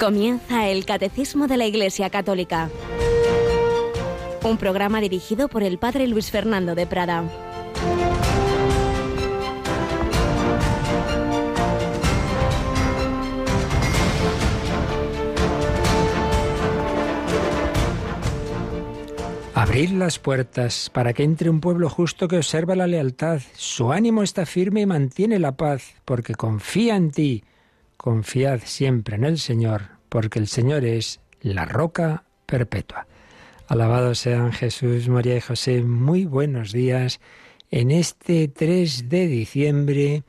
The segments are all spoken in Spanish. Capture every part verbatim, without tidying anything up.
Comienza el Catecismo de la Iglesia Católica, un programa dirigido por el Padre Luis Fernando de Prada. Abrid las puertas para que entre un pueblo justo que observa la lealtad. Su ánimo está firme y mantiene la paz, porque confía en ti. Confiad siempre en el Señor, porque el Señor es la roca perpetua. Alabados sean Jesús, María y José. Muy buenos días en este tres de diciembre,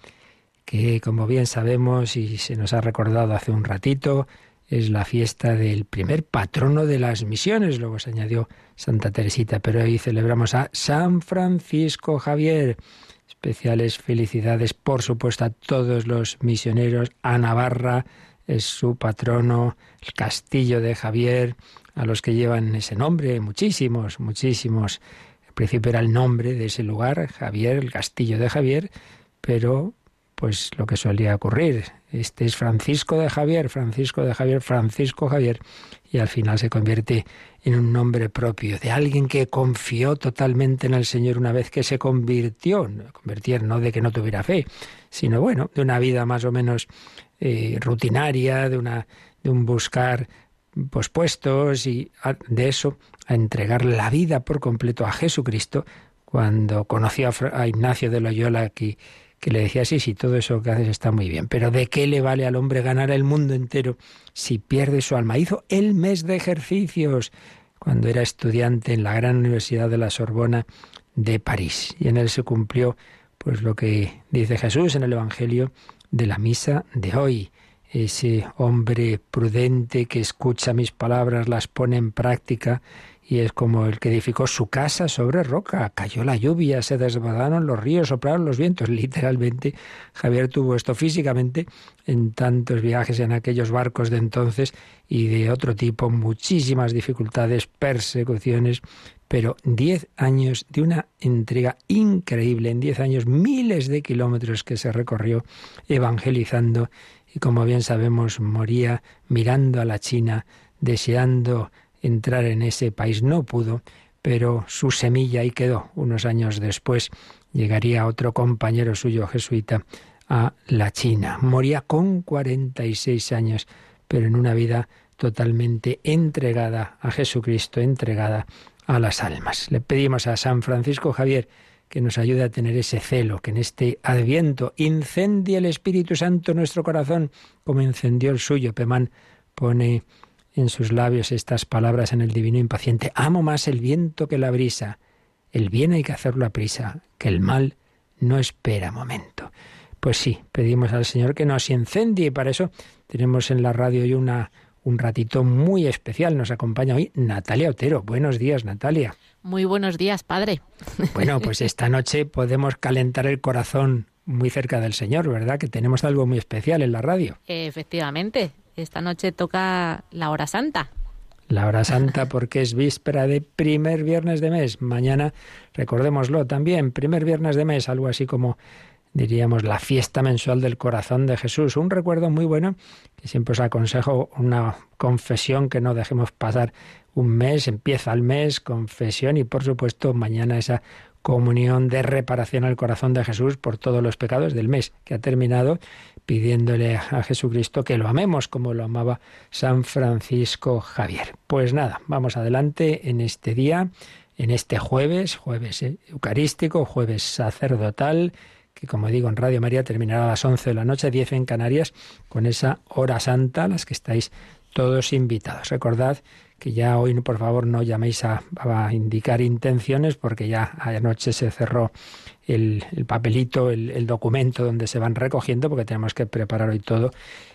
que como bien sabemos y se nos ha recordado hace un ratito, es la fiesta del primer patrono de las misiones. Luego se añadió Santa Teresita, pero hoy celebramos a San Francisco Javier. Especiales felicidades, por supuesto, a todos los misioneros. A Navarra es su patrono, el Castillo de Javier, a los que llevan ese nombre, muchísimos, muchísimos. Al principio era el nombre de ese lugar, Javier, el Castillo de Javier, pero pues lo que solía ocurrir, este es Francisco de Javier, Francisco de Javier, Francisco Javier, y al final se convierte en un nombre propio, de alguien que confió totalmente en el Señor una vez que se convirtió, convertir no de que no tuviera fe, sino bueno, de una vida más o menos eh, rutinaria, de, una, de un buscar pues, puestos y de eso a entregar la vida por completo a Jesucristo, cuando conoció a, a Ignacio de Loyola, que que le decía, sí, sí, todo eso que haces está muy bien, pero ¿de qué le vale al hombre ganar el mundo entero si pierde su alma? Hizo el mes de ejercicios cuando era estudiante en la gran Universidad de la Sorbona de París. Y en él se cumplió pues lo que dice Jesús en el Evangelio de la misa de hoy. Ese hombre prudente que escucha mis palabras, las pone en práctica, y es como el que edificó su casa sobre roca. Cayó la lluvia, se desbordaron los ríos, soplaron los vientos. Literalmente, Javier tuvo esto físicamente en tantos viajes en aquellos barcos de entonces y de otro tipo, muchísimas dificultades, persecuciones, pero diez años de una entrega increíble. En diez años, miles de kilómetros que se recorrió evangelizando, y como bien sabemos, moría mirando a la China, deseando entrar en ese país. No pudo, pero su semilla ahí quedó. Unos años después llegaría otro compañero suyo jesuita a la China. Moría con cuarenta y seis años, pero en una vida totalmente entregada a Jesucristo, entregada a las almas. Le pedimos a San Francisco Javier que nos ayude a tener ese celo, que en este Adviento incendie el Espíritu Santo nuestro corazón, como encendió el suyo. Pemán pone en sus labios estas palabras en el Divino Impaciente: amo más el viento que la brisa, el bien hay que hacerlo a prisa, que el mal no espera momento. Pues sí, pedimos al Señor que nos incendie, y para eso tenemos en la radio hoy una, un ratito muy especial. Nos acompaña hoy Natalia Otero. Buenos días, Natalia. Muy buenos días, padre. Bueno, pues esta noche podemos calentar el corazón muy cerca del Señor, ¿verdad? Que tenemos algo muy especial en la radio. Efectivamente. Esta noche toca la hora santa. La hora santa porque es víspera de primer viernes de mes. Mañana, recordémoslo también, primer viernes de mes, algo así como diríamos la fiesta mensual del corazón de Jesús. Un recuerdo muy bueno, que siempre os aconsejo una confesión, que no dejemos pasar un mes, empieza el mes, confesión, y por supuesto mañana esa comunión de reparación al corazón de Jesús por todos los pecados del mes que ha terminado, pidiéndole a Jesucristo que lo amemos como lo amaba San Francisco Javier. Pues nada, vamos adelante en este día, en este jueves, jueves eh, eucarístico, jueves sacerdotal, que como digo en Radio María terminará a las once de la noche, diez en Canarias, con esa hora santa a las que estáis todos invitados. Recordad que ya hoy, por favor, no llaméis a, a indicar intenciones, porque ya anoche se cerró el, el papelito, el, el documento donde se van recogiendo, porque tenemos que preparar hoy todo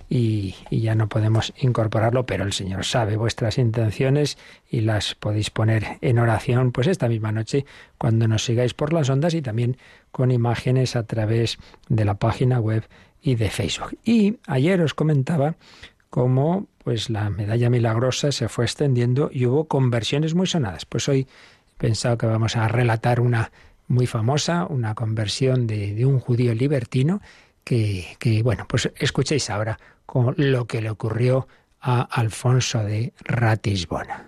y, y ya no podemos incorporarlo, pero el Señor sabe vuestras intenciones y las podéis poner en oración pues esta misma noche cuando nos sigáis por las ondas, y también con imágenes a través de la página web y de Facebook. Y ayer os comentaba cómo pues la medalla milagrosa se fue extendiendo y hubo conversiones muy sonadas. Pues hoy he pensado que vamos a relatar una muy famosa, una conversión de, de un judío libertino que, que, bueno, pues escuchéis ahora con lo que le ocurrió a Alfonso de Ratisbona.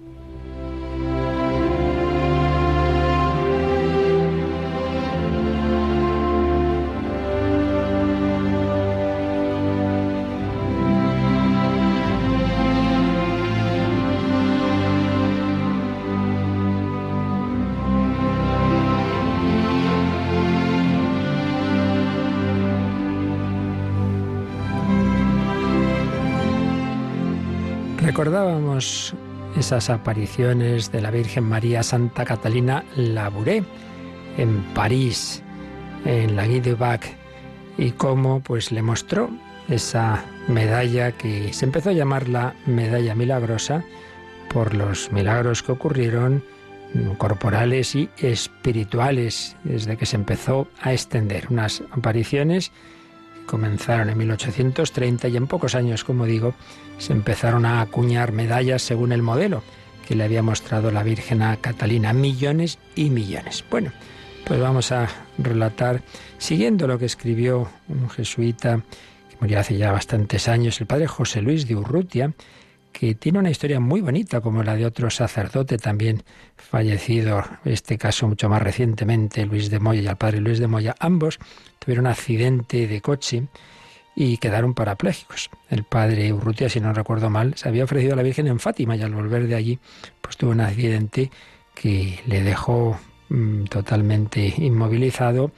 Recordábamos esas apariciones de la Virgen María Santa Catalina Labouré en París, en la Guy de Bac, y cómo pues le mostró esa medalla que se empezó a llamar la medalla milagrosa por los milagros que ocurrieron corporales y espirituales desde que se empezó a extender. Unas apariciones comenzaron en mil ochocientos treinta y en pocos años, como digo, se empezaron a acuñar medallas según el modelo que le había mostrado la Virgen a Catalina. Millones y millones. Bueno, pues vamos a relatar, siguiendo lo que escribió un jesuita que murió hace ya bastantes años, el padre José Luis de Urrutia, que tiene una historia muy bonita, como la de otro sacerdote también fallecido, en este caso mucho más recientemente, Luis de Moya, y el padre Luis de Moya. Ambos tuvieron un accidente de coche y quedaron parapléjicos. El padre Urrutia, si no recuerdo mal, se había ofrecido a la Virgen en Fátima, y al volver de allí pues tuvo un accidente que le dejó mmm, totalmente inmovilizado,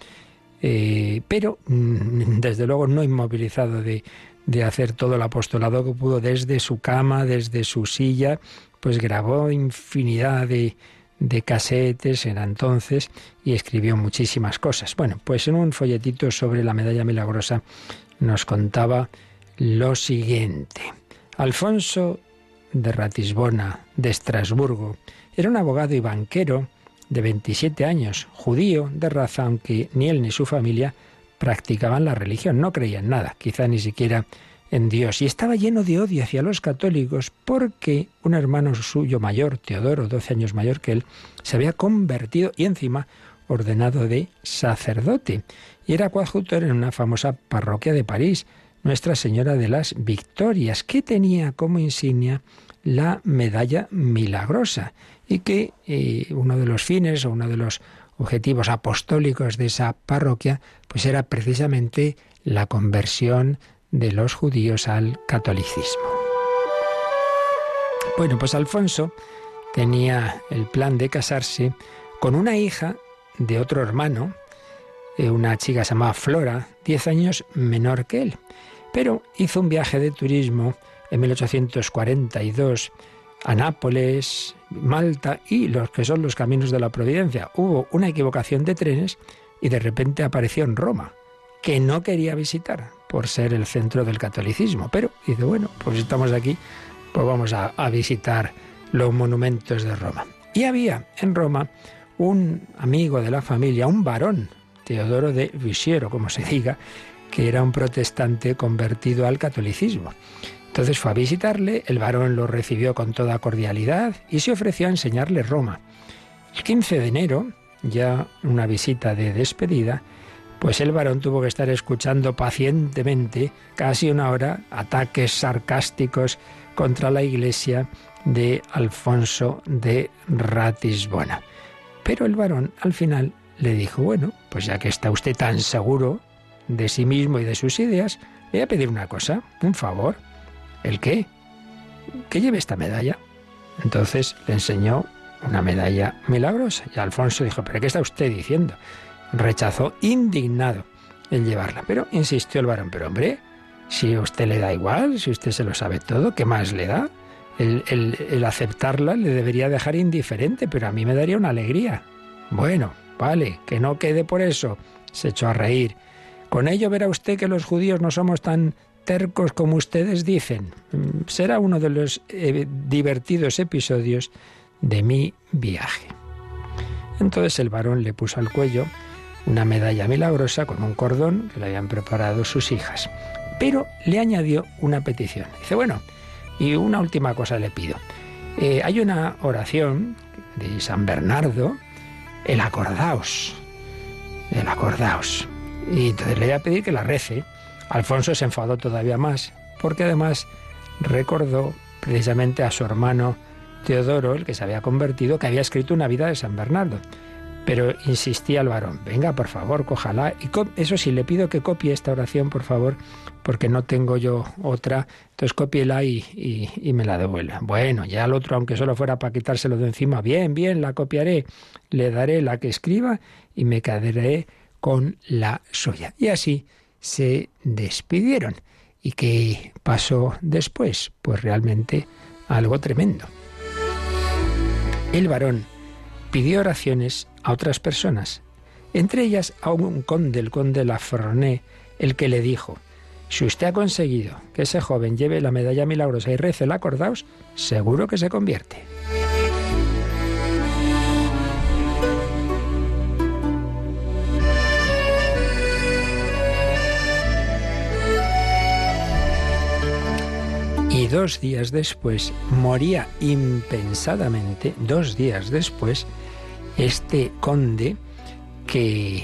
eh, pero mmm, desde luego no inmovilizado de, de hacer todo el apostolado que pudo desde su cama, desde su silla, pues grabó infinidad de de casetes, era entonces, y escribió muchísimas cosas. Bueno, pues en un folletito sobre la medalla milagrosa nos contaba lo siguiente. Alfonso de Ratisbona, de Estrasburgo, era un abogado y banquero de veintisiete años, judío de raza, aunque ni él ni su familia practicaban la religión, no creían nada, quizá ni siquiera en Dios, y estaba lleno de odio hacia los católicos porque un hermano suyo mayor, Teodoro, doce años mayor que él, se había convertido y encima ordenado de sacerdote, y era coadjutor en una famosa parroquia de París, Nuestra Señora de las Victorias, que tenía como insignia la medalla milagrosa, y que eh, uno de los fines o uno de los objetivos apostólicos de esa parroquia pues era precisamente la conversión de los judíos al catolicismo. Bueno, pues Alfonso tenía el plan de casarse con una hija de otro hermano, una chica se llamaba Flora, diez años menor que él, pero hizo un viaje de turismo en mil ochocientos cuarenta y dos a Nápoles, Malta y los que son los caminos de la Providencia. Hubo una equivocación de trenes y de repente apareció en Roma, que no quería visitar por ser el centro del catolicismo, pero dice, bueno, pues estamos aquí, pues vamos a, a visitar los monumentos de Roma. Y había en Roma un amigo de la familia, un varón, Teodoro de Visiero, como se diga, que era un protestante convertido al catolicismo. Entonces fue a visitarle, el varón lo recibió con toda cordialidad y se ofreció a enseñarle Roma. El quince de enero, ya una visita de despedida, pues el varón tuvo que estar escuchando pacientemente, casi una hora, ataques sarcásticos contra la Iglesia de Alfonso de Ratisbona. Pero el varón al final le dijo, bueno, pues ya que está usted tan seguro de sí mismo y de sus ideas, le voy a pedir una cosa, un favor. ¿El qué? Que lleve esta medalla. Entonces le enseñó una medalla milagrosa y Alfonso dijo, ¿pero qué está usted diciendo? Rechazó indignado el llevarla, pero insistió el varón, pero hombre, si a usted le da igual, si usted se lo sabe todo, ¿qué más le da? El, el, el aceptarla le debería dejar indiferente, pero a mí me daría una alegría. Bueno, vale, que no quede por eso. Se echó a reír. Con ello verá usted que los judíos no somos tan tercos como ustedes dicen. Será uno de los eh, divertidos episodios de mi viaje. Entonces el varón le puso al cuello una medalla milagrosa con un cordón que le habían preparado sus hijas. Pero le añadió una petición. Dice, bueno, y una última cosa le pido. Eh, hay una oración de San Bernardo, el acordaos, el acordaos. Y entonces le voy a pedir que la rece. Alfonso se enfadó todavía más, porque además recordó precisamente a su hermano Teodoro, el que se había convertido, que había escrito una vida de San Bernardo. Pero insistía el varón, venga, por favor, cójala. Y eso sí, le pido que copie esta oración, por favor, porque no tengo yo otra. Entonces cópiela y, y, y me la devuelve. Bueno, ya al otro, aunque solo fuera para quitárselo de encima, bien, bien, la copiaré. Le daré la que escriba y me quedaré con la suya. Y así se despidieron. ¿Y qué pasó después? Pues realmente algo tremendo. El varón pidió oraciones a otras personas, entre ellas a un conde, el conde Lafroné, el que le dijo, si usted ha conseguido que ese joven lleve la medalla milagrosa y rece el acordaos, seguro que se convierte. Y dos días después, moría impensadamente, dos días después, este conde que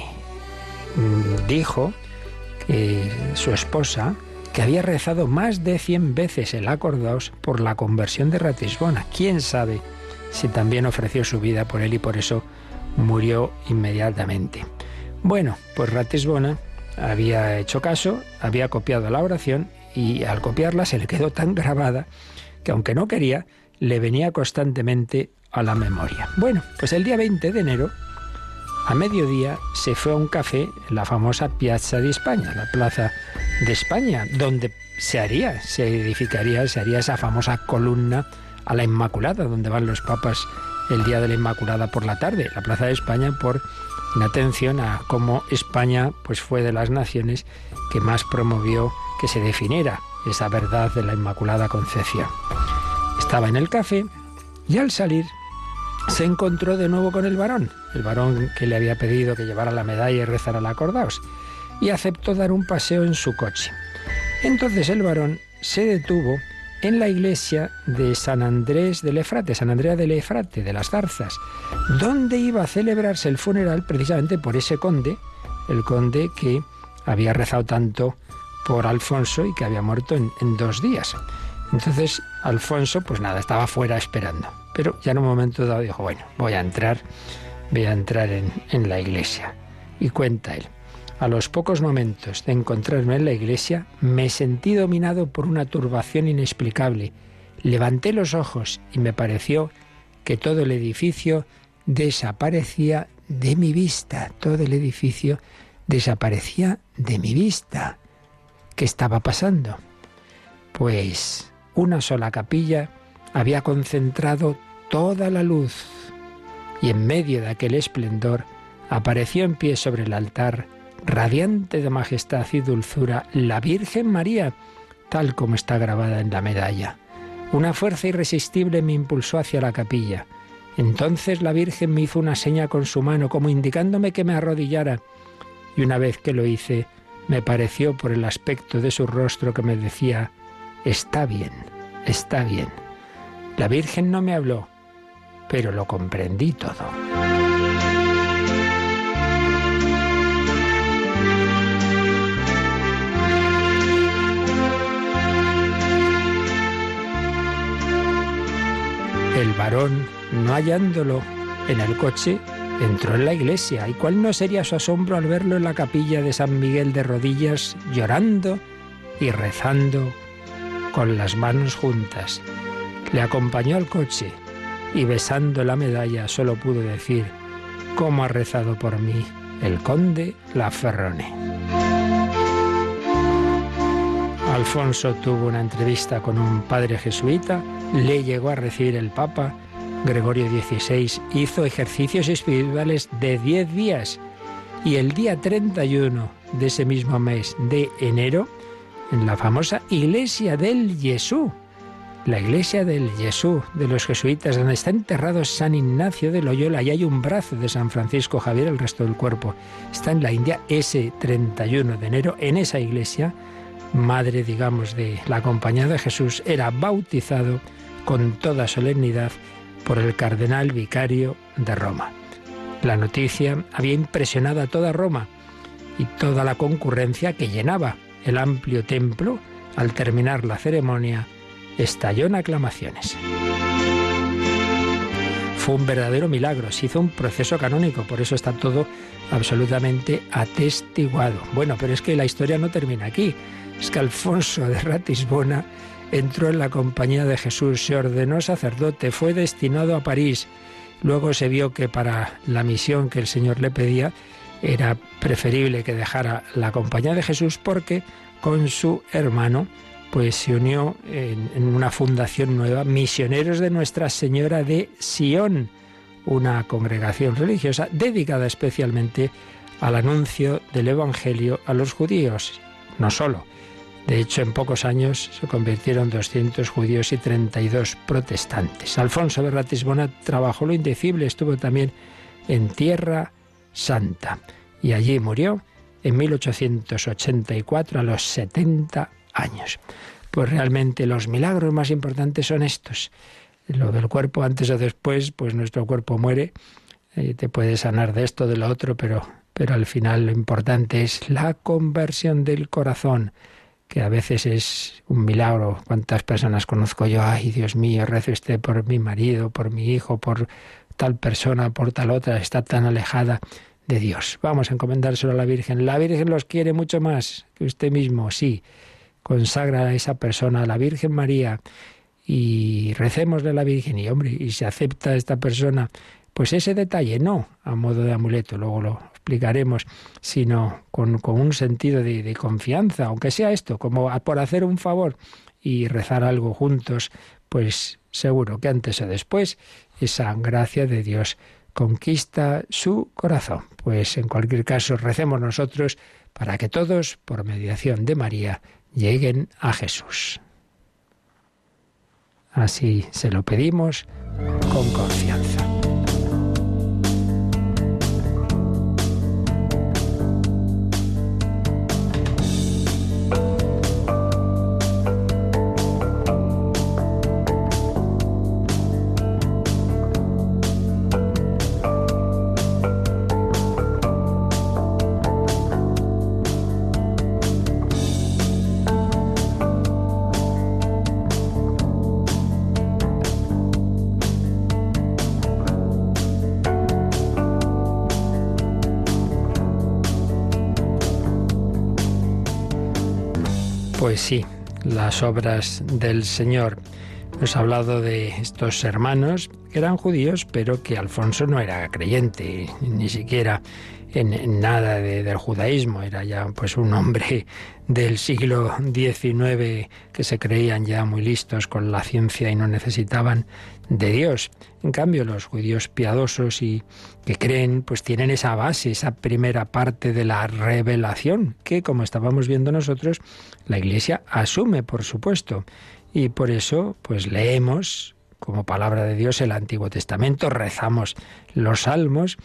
dijo que su esposa, que había rezado más de cien veces el acordaos por la conversión de Ratisbona. ¿Quién sabe si también ofreció su vida por él y por eso murió inmediatamente? Bueno, pues Ratisbona había hecho caso, había copiado la oración y al copiarla se le quedó tan grabada que aunque no quería, le venía constantemente a la memoria. Bueno, pues el día veinte de enero, a mediodía, se fue a un café en la famosa Piazza di España, la Plaza de España, donde se haría, se edificaría, se haría esa famosa columna a la Inmaculada, donde van los papas el día de la Inmaculada por la tarde. La Plaza de España, por en atención a cómo España pues fue de las naciones que más promovió que se definiera esa verdad de la Inmaculada Concepción. Estaba en el café y al salir se encontró de nuevo con el varón, el varón que le había pedido que llevara la medalla y rezara el acordaos, y aceptó dar un paseo en su coche. Entonces el varón se detuvo en la iglesia de San Andrés del Efrate, San Andrea del Efrate, de las Zarzas, donde iba a celebrarse el funeral precisamente por ese conde, el conde que había rezado tanto por Alfonso y que había muerto en, en dos días. Entonces Alfonso, pues nada, estaba fuera esperando. Pero ya en un momento dado dijo, bueno, voy a entrar, voy a entrar en, en la iglesia. Y cuenta él, a los pocos momentos de encontrarme en la iglesia, me sentí dominado por una turbación inexplicable. Levanté los ojos y me pareció que todo el edificio desaparecía de mi vista. Todo el edificio desaparecía de mi vista. ¿Qué estaba pasando? Pues una sola capilla había concentrado toda la luz y en medio de aquel esplendor apareció en pie sobre el altar, radiante de majestad y dulzura, la Virgen María, tal como está grabada en la medalla. Una fuerza irresistible me impulsó hacia la capilla. Entonces la Virgen me hizo una seña con su mano, como indicándome que me arrodillara, y una vez que lo hice, me pareció por el aspecto de su rostro que me decía, está bien, está bien. La Virgen no me habló, pero lo comprendí todo. El varón, no hallándolo en el coche, entró en la iglesia. ¿Y cuál no sería su asombro al verlo en la capilla de San Miguel de rodillas, llorando y rezando con las manos juntas? Le acompañó al coche y besando la medalla solo pudo decir, ¿cómo ha rezado por mí el conde Lafroné? Alfonso tuvo una entrevista con un padre jesuita, le llegó a recibir el Papa. Gregorio dieciséis hizo ejercicios espirituales de diez días y el día treinta y uno de ese mismo mes de enero, en la famosa iglesia del Jesús, la iglesia del Jesús de los jesuitas, donde está enterrado San Ignacio de Loyola, y hay un brazo de San Francisco Javier, el resto del cuerpo está en la India. Ese treinta y uno de enero, en esa iglesia, madre, digamos, de la Compañía de Jesús, era bautizado con toda solemnidad por el cardenal vicario de Roma. La noticia había impresionado a toda Roma y toda la concurrencia que llenaba el amplio templo al terminar la ceremonia estalló en aclamaciones. Fue un verdadero milagro, se hizo un proceso canónico, por eso está todo absolutamente atestiguado. Bueno, pero es que la historia no termina aquí. Es que Alfonso de Ratisbona entró en la compañía de Jesús, se ordenó sacerdote, fue destinado a París. Luego se vio que para la misión que el Señor le pedía era preferible que dejara la compañía de Jesús, porque con su hermano pues se unió en, en una fundación nueva, Misioneros de Nuestra Señora de Sion, una congregación religiosa dedicada especialmente al anuncio del Evangelio a los judíos. No solo. De hecho, en pocos años se convirtieron doscientos judíos y treinta y dos protestantes. Alfonso de Ratisbona trabajó lo indecible, estuvo también en Tierra Santa y allí murió en mil ochocientos ochenta y cuatro a los setenta años. Pues realmente los milagros más importantes son estos. Lo del cuerpo, antes o después, pues nuestro cuerpo muere, eh, te puedes sanar de esto, de lo otro, pero, pero al final lo importante es la conversión del corazón, que a veces es un milagro. ¿Cuántas personas conozco yo? Ay, Dios mío, rezo usted por mi marido, por mi hijo, por tal persona, por tal otra, está tan alejada de Dios. Vamos a encomendárselo a la Virgen. La Virgen los quiere mucho más que usted mismo, sí. Consagra a esa persona a la Virgen María y recémosle a la Virgen. Y hombre, y se acepta a esta persona, pues ese detalle no a modo de amuleto, luego lo explicaremos, sino con, con un sentido de, de confianza, aunque sea esto, como por hacer un favor y rezar algo juntos, pues seguro que antes o después esa gracia de Dios conquista su corazón. Pues en cualquier caso recemos nosotros para que todos, por mediación de María, lleguen a Jesús. Así se lo pedimos con confianza. Pues sí, las obras del Señor. Nos ha hablado de estos hermanos que eran judíos, pero que Alfonso no era creyente, ni siquiera en, en nada de, del judaísmo. Era ya pues un hombre del siglo diecinueve que se creían ya muy listos con la ciencia y no necesitaban de Dios. En cambio, los judíos piadosos y que creen, pues tienen esa base, esa primera parte de la revelación, que como estábamos viendo nosotros, la Iglesia asume, por supuesto. Y por eso, pues leemos como palabra de Dios el Antiguo Testamento, rezamos los Salmos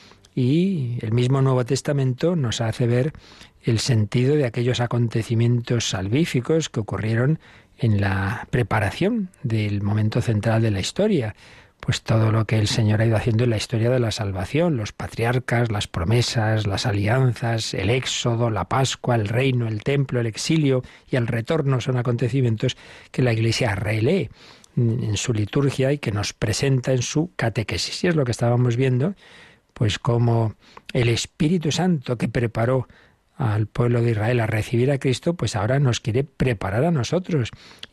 y el mismo Nuevo Testamento nos hace ver el sentido de aquellos acontecimientos salvíficos que ocurrieron en la preparación del momento central de la historia. Pues todo lo que el Señor ha ido haciendo en la historia de la salvación, los patriarcas, las promesas, las alianzas, el éxodo, la Pascua, el reino, el templo, el exilio y el retorno son acontecimientos que la Iglesia relee en su liturgia y que nos presenta en su catequesis. Y es lo que estábamos viendo, pues como el Espíritu Santo que preparó al pueblo de Israel a recibir a Cristo, pues ahora nos quiere preparar a nosotros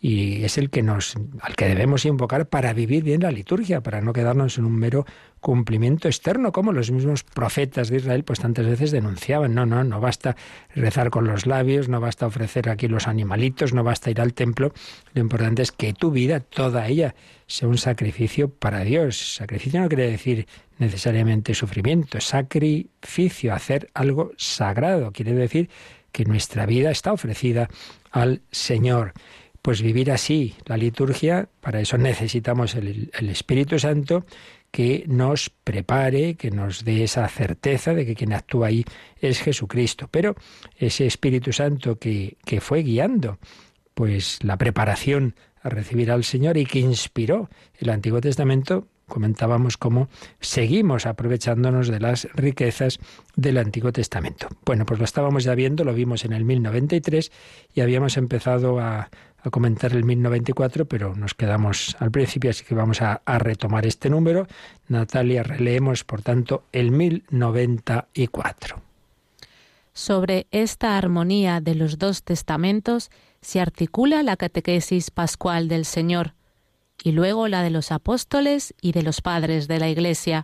y es el que nos, al que debemos invocar para vivir bien la liturgia, para no quedarnos en un mero cumplimiento externo, como los mismos profetas de Israel pues tantas veces denunciaban. No, no, no basta rezar con los labios, no basta ofrecer aquí los animalitos, no basta ir al templo. Lo importante es que tu vida, toda ella, sea un sacrificio para Dios. Sacrificio no quiere decir necesariamente sufrimiento, sacrificio, hacer algo sagrado. Quiere decir que nuestra vida está ofrecida al Señor. Pues vivir así la liturgia, para eso necesitamos el, el Espíritu Santo que nos prepare, que nos dé esa certeza de que quien actúa ahí es Jesucristo. Pero ese Espíritu Santo que, que fue guiando pues la preparación a recibir al Señor y que inspiró el Antiguo Testamento, comentábamos cómo seguimos aprovechándonos de las riquezas del Antiguo Testamento. Bueno, pues lo estábamos ya viendo, lo vimos en el mil noventa y tres y habíamos empezado a, a comentar el mil noventa y cuatro, pero nos quedamos al principio, así que vamos a, a retomar este número. Natalia, releemos, por tanto, el mil noventa y cuatro. Sobre esta armonía de los dos testamentos se articula la catequesis pascual del Señor y luego la de los apóstoles y de los padres de la Iglesia.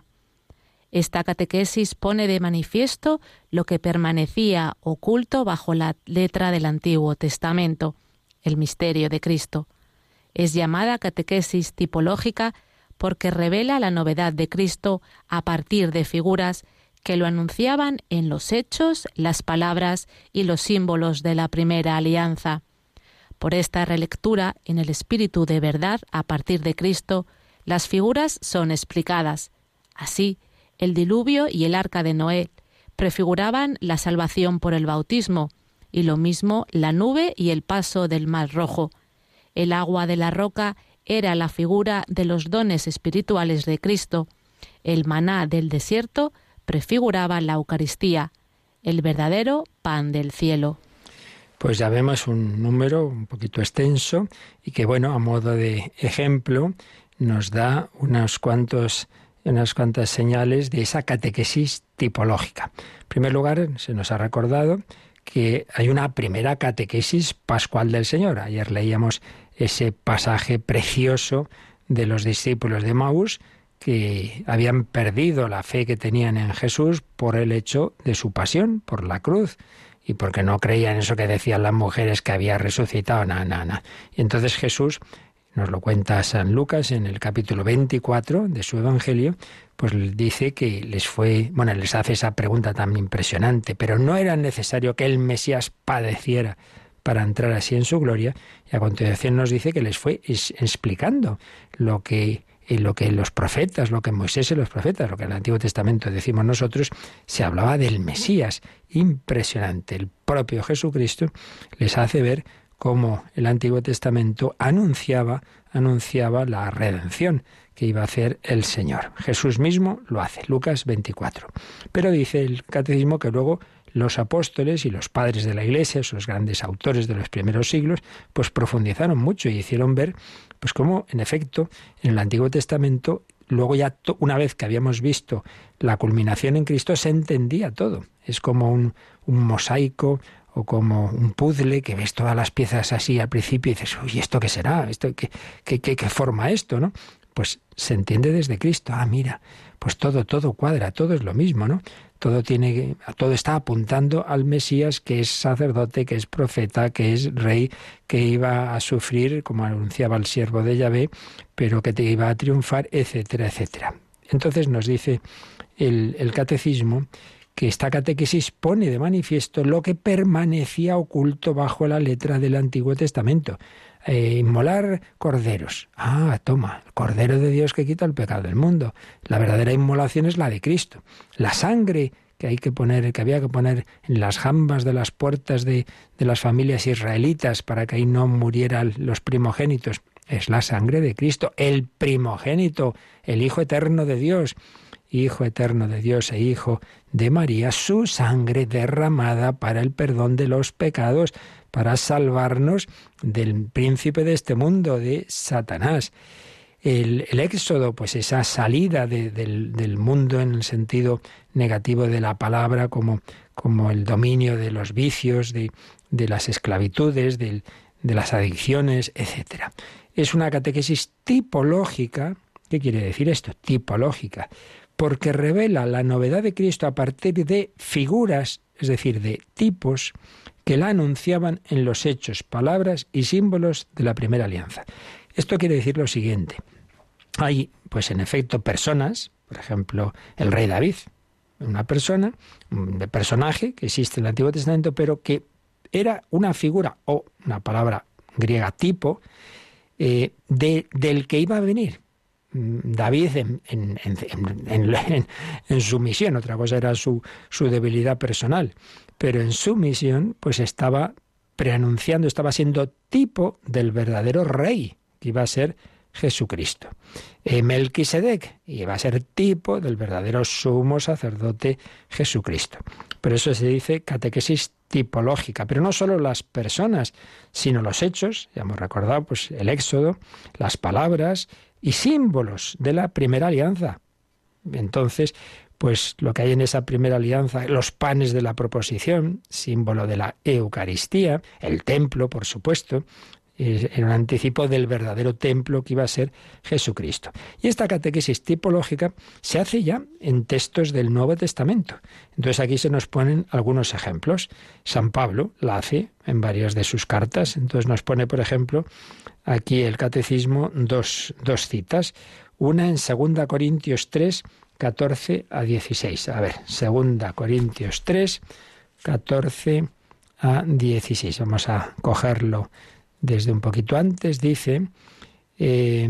Esta catequesis pone de manifiesto lo que permanecía oculto bajo la letra del Antiguo Testamento, el misterio de Cristo. Es llamada catequesis tipológica porque revela la novedad de Cristo a partir de figuras que lo anunciaban en los hechos, las palabras y los símbolos de la primera alianza. Por esta relectura, en el espíritu de verdad, a partir de Cristo, las figuras son explicadas. Así, el diluvio y el arca de Noé prefiguraban la salvación por el bautismo, y lo mismo la nube y el paso del Mar Rojo. El agua de la roca era la figura de los dones espirituales de Cristo. El maná del desierto prefiguraba la Eucaristía, el verdadero pan del cielo. Pues ya vemos un número un poquito extenso y que, bueno, a modo de ejemplo, nos da unos cuantos, unas cuantas señales de esa catequesis tipológica. En primer lugar, se nos ha recordado que hay una primera catequesis pascual del Señor. Ayer leíamos ese pasaje precioso de los discípulos de Emaús, que habían perdido la fe que tenían en Jesús por el hecho de su pasión, por la cruz, y porque no creían eso que decían las mujeres que había resucitado, nada, nada, nada. Y entonces Jesús, nos lo cuenta San Lucas en el capítulo veinticuatro de su Evangelio, pues dice que les fue, bueno, les hace esa pregunta tan impresionante, pero no era necesario que el Mesías padeciera para entrar así en su gloria, y a continuación nos dice que les fue explicando lo que y lo que los profetas, lo que Moisés y los profetas, lo que en el Antiguo Testamento decimos nosotros, se hablaba del Mesías. Impresionante. El propio Jesucristo les hace ver cómo el Antiguo Testamento anunciaba, anunciaba la redención que iba a hacer el Señor. Jesús mismo lo hace, Lucas veinticuatro. Pero dice el Catecismo que luego los apóstoles y los padres de la Iglesia, esos grandes autores de los primeros siglos, pues profundizaron mucho y hicieron ver pues cómo, en efecto, en el Antiguo Testamento, luego ya to- una vez que habíamos visto la culminación en Cristo, se entendía todo. Es como un, un mosaico o como un puzzle que ves todas las piezas así al principio y dices, uy, ¿esto qué será? ¿Esto qué, qué, qué, qué forma esto, no? Pues se entiende desde Cristo. Ah, mira, pues todo, todo cuadra, todo es lo mismo, ¿no? Todo tiene, todo está apuntando al Mesías, que es sacerdote, que es profeta, que es rey, que iba a sufrir, como anunciaba el siervo de Yahvé, pero que te iba a triunfar, etcétera, etcétera. Entonces nos dice el, el catecismo que esta catequesis pone de manifiesto lo que permanecía oculto bajo la letra del Antiguo Testamento. Eh, inmolar corderos. Ah, toma, el Cordero de Dios que quita el pecado del mundo. La verdadera inmolación es la de Cristo. La sangre que hay que poner, que había que poner en las jambas de las puertas de, de las familias israelitas para que ahí no murieran los primogénitos, es la sangre de Cristo, el primogénito, el Hijo eterno de Dios. Hijo eterno de Dios e Hijo de María, su sangre derramada para el perdón de los pecados, para salvarnos del príncipe de este mundo, de Satanás. El, el éxodo, pues esa salida de, del, del mundo en el sentido negativo de la palabra, como, como el dominio de los vicios, de, de las esclavitudes, de, de las adicciones, etcétera. Es una catequesis tipológica. ¿Qué quiere decir esto? Tipológica. Porque revela la novedad de Cristo a partir de figuras, es decir, de tipos que la anunciaban en los hechos, palabras y símbolos de la primera alianza. Esto quiere decir lo siguiente. Hay, pues en efecto, personas, por ejemplo, el rey David, una persona, un personaje que existe en el Antiguo Testamento, pero que era una figura, o una palabra griega tipo, eh, de, del que iba a venir. David en, en, en, en, en, en su misión, otra cosa era su, su debilidad personal, pero en su misión pues estaba preanunciando, estaba siendo tipo del verdadero rey, que iba a ser Jesucristo. Eh, Melquisedec iba a ser tipo del verdadero sumo sacerdote Jesucristo. Por eso se dice catequesis tipológica, pero no solo las personas, sino los hechos, ya hemos recordado pues el Éxodo, las palabras y símbolos de la primera alianza. Entonces, pues lo que hay en esa primera alianza, los panes de la proposición, símbolo de la Eucaristía, el templo, por supuesto, era un anticipo del verdadero templo que iba a ser Jesucristo. Y esta catequesis tipológica se hace ya en textos del Nuevo Testamento. Entonces aquí se nos ponen algunos ejemplos. San Pablo la hace en varias de sus cartas. Entonces nos pone, por ejemplo, aquí el Catecismo dos, dos citas. Una en segunda Corintios tres, catorce a dieciséis. A ver, segunda Corintios tres, catorce a dieciséis. Vamos a cogerlo desde un poquito antes. Dice, eh,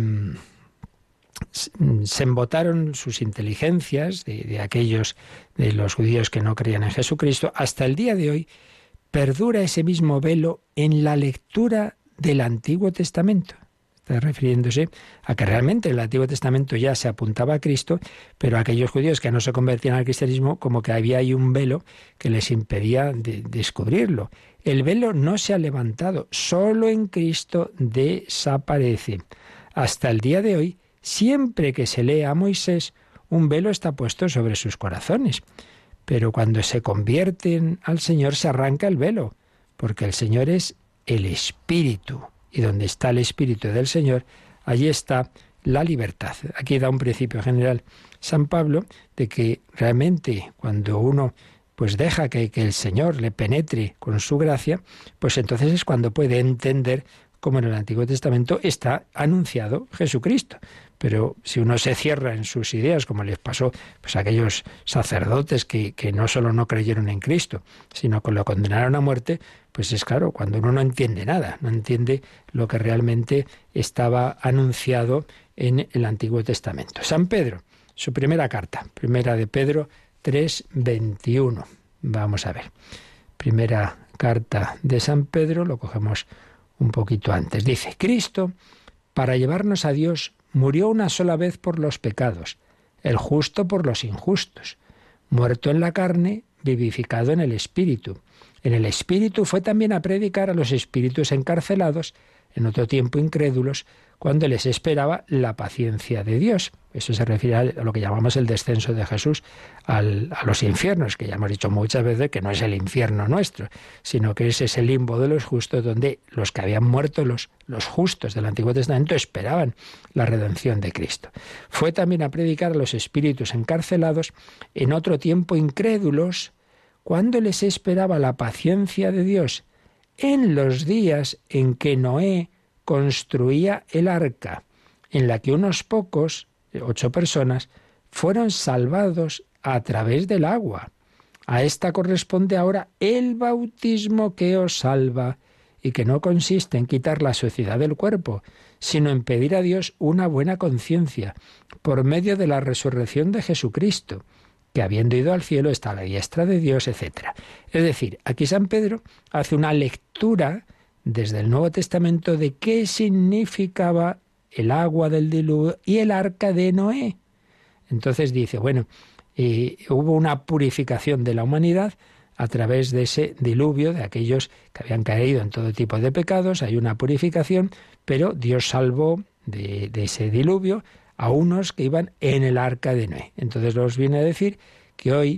se embotaron sus inteligencias de, de aquellos, de los judíos que no creían en Jesucristo. Hasta el día de hoy perdura ese mismo velo en la lectura del Antiguo Testamento. Está refiriéndose a que realmente el Antiguo Testamento ya se apuntaba a Cristo, pero aquellos judíos que no se convertían al cristianismo, como que había ahí un velo que les impedía de descubrirlo. El velo no se ha levantado, solo en Cristo desaparece. Hasta el día de hoy, siempre que se lee a Moisés, un velo está puesto sobre sus corazones. Pero cuando se convierten al Señor se arranca el velo, porque el Señor es el Espíritu. Y donde está el Espíritu del Señor, allí está la libertad. Aquí da un principio general San Pablo de que realmente cuando uno pues deja que, que el Señor le penetre con su gracia, pues entonces es cuando puede entender cómo en el Antiguo Testamento está anunciado Jesucristo. Pero si uno se cierra en sus ideas, como les pasó pues a aquellos sacerdotes que, que no solo no creyeron en Cristo, sino que lo condenaron a muerte, pues es claro, cuando uno no entiende nada, no entiende lo que realmente estaba anunciado en el Antiguo Testamento. San Pedro, su primera carta, primera de Pedro tres, veintiuno. Vamos a ver. Primera carta de San Pedro, lo cogemos un poquito antes. Dice, Cristo, para llevarnos a Dios, murió una sola vez por los pecados, el justo por los injustos, muerto en la carne, vivificado en el Espíritu. En el Espíritu fue también a predicar a los espíritus encarcelados, en otro tiempo incrédulos, cuando les esperaba la paciencia de Dios. Eso se refiere a lo que llamamos el descenso de Jesús al, a los infiernos, que ya hemos dicho muchas veces que no es el infierno nuestro, sino que es ese limbo de los justos donde los que habían muerto, los, los justos del Antiguo Testamento, esperaban la redención de Cristo. Fue también a predicar a los espíritus encarcelados, en otro tiempo incrédulos, cuando les esperaba la paciencia de Dios, en los días en que Noé construía el arca, en la que unos pocos, ocho personas, fueron salvados a través del agua. A esta corresponde ahora el bautismo que os salva y que no consiste en quitar la suciedad del cuerpo, sino en pedir a Dios una buena conciencia por medio de la resurrección de Jesucristo, que habiendo ido al cielo está a la diestra de Dios, etcétera. Es decir, aquí San Pedro hace una lectura desde el Nuevo Testamento de qué significaba el agua del diluvio y el arca de Noé. Entonces dice, bueno, eh, hubo una purificación de la humanidad a través de ese diluvio, de aquellos que habían caído en todo tipo de pecados, hay una purificación, pero Dios salvó de, de ese diluvio a unos que iban en el arca de Noé. Entonces nos viene a decir que hoy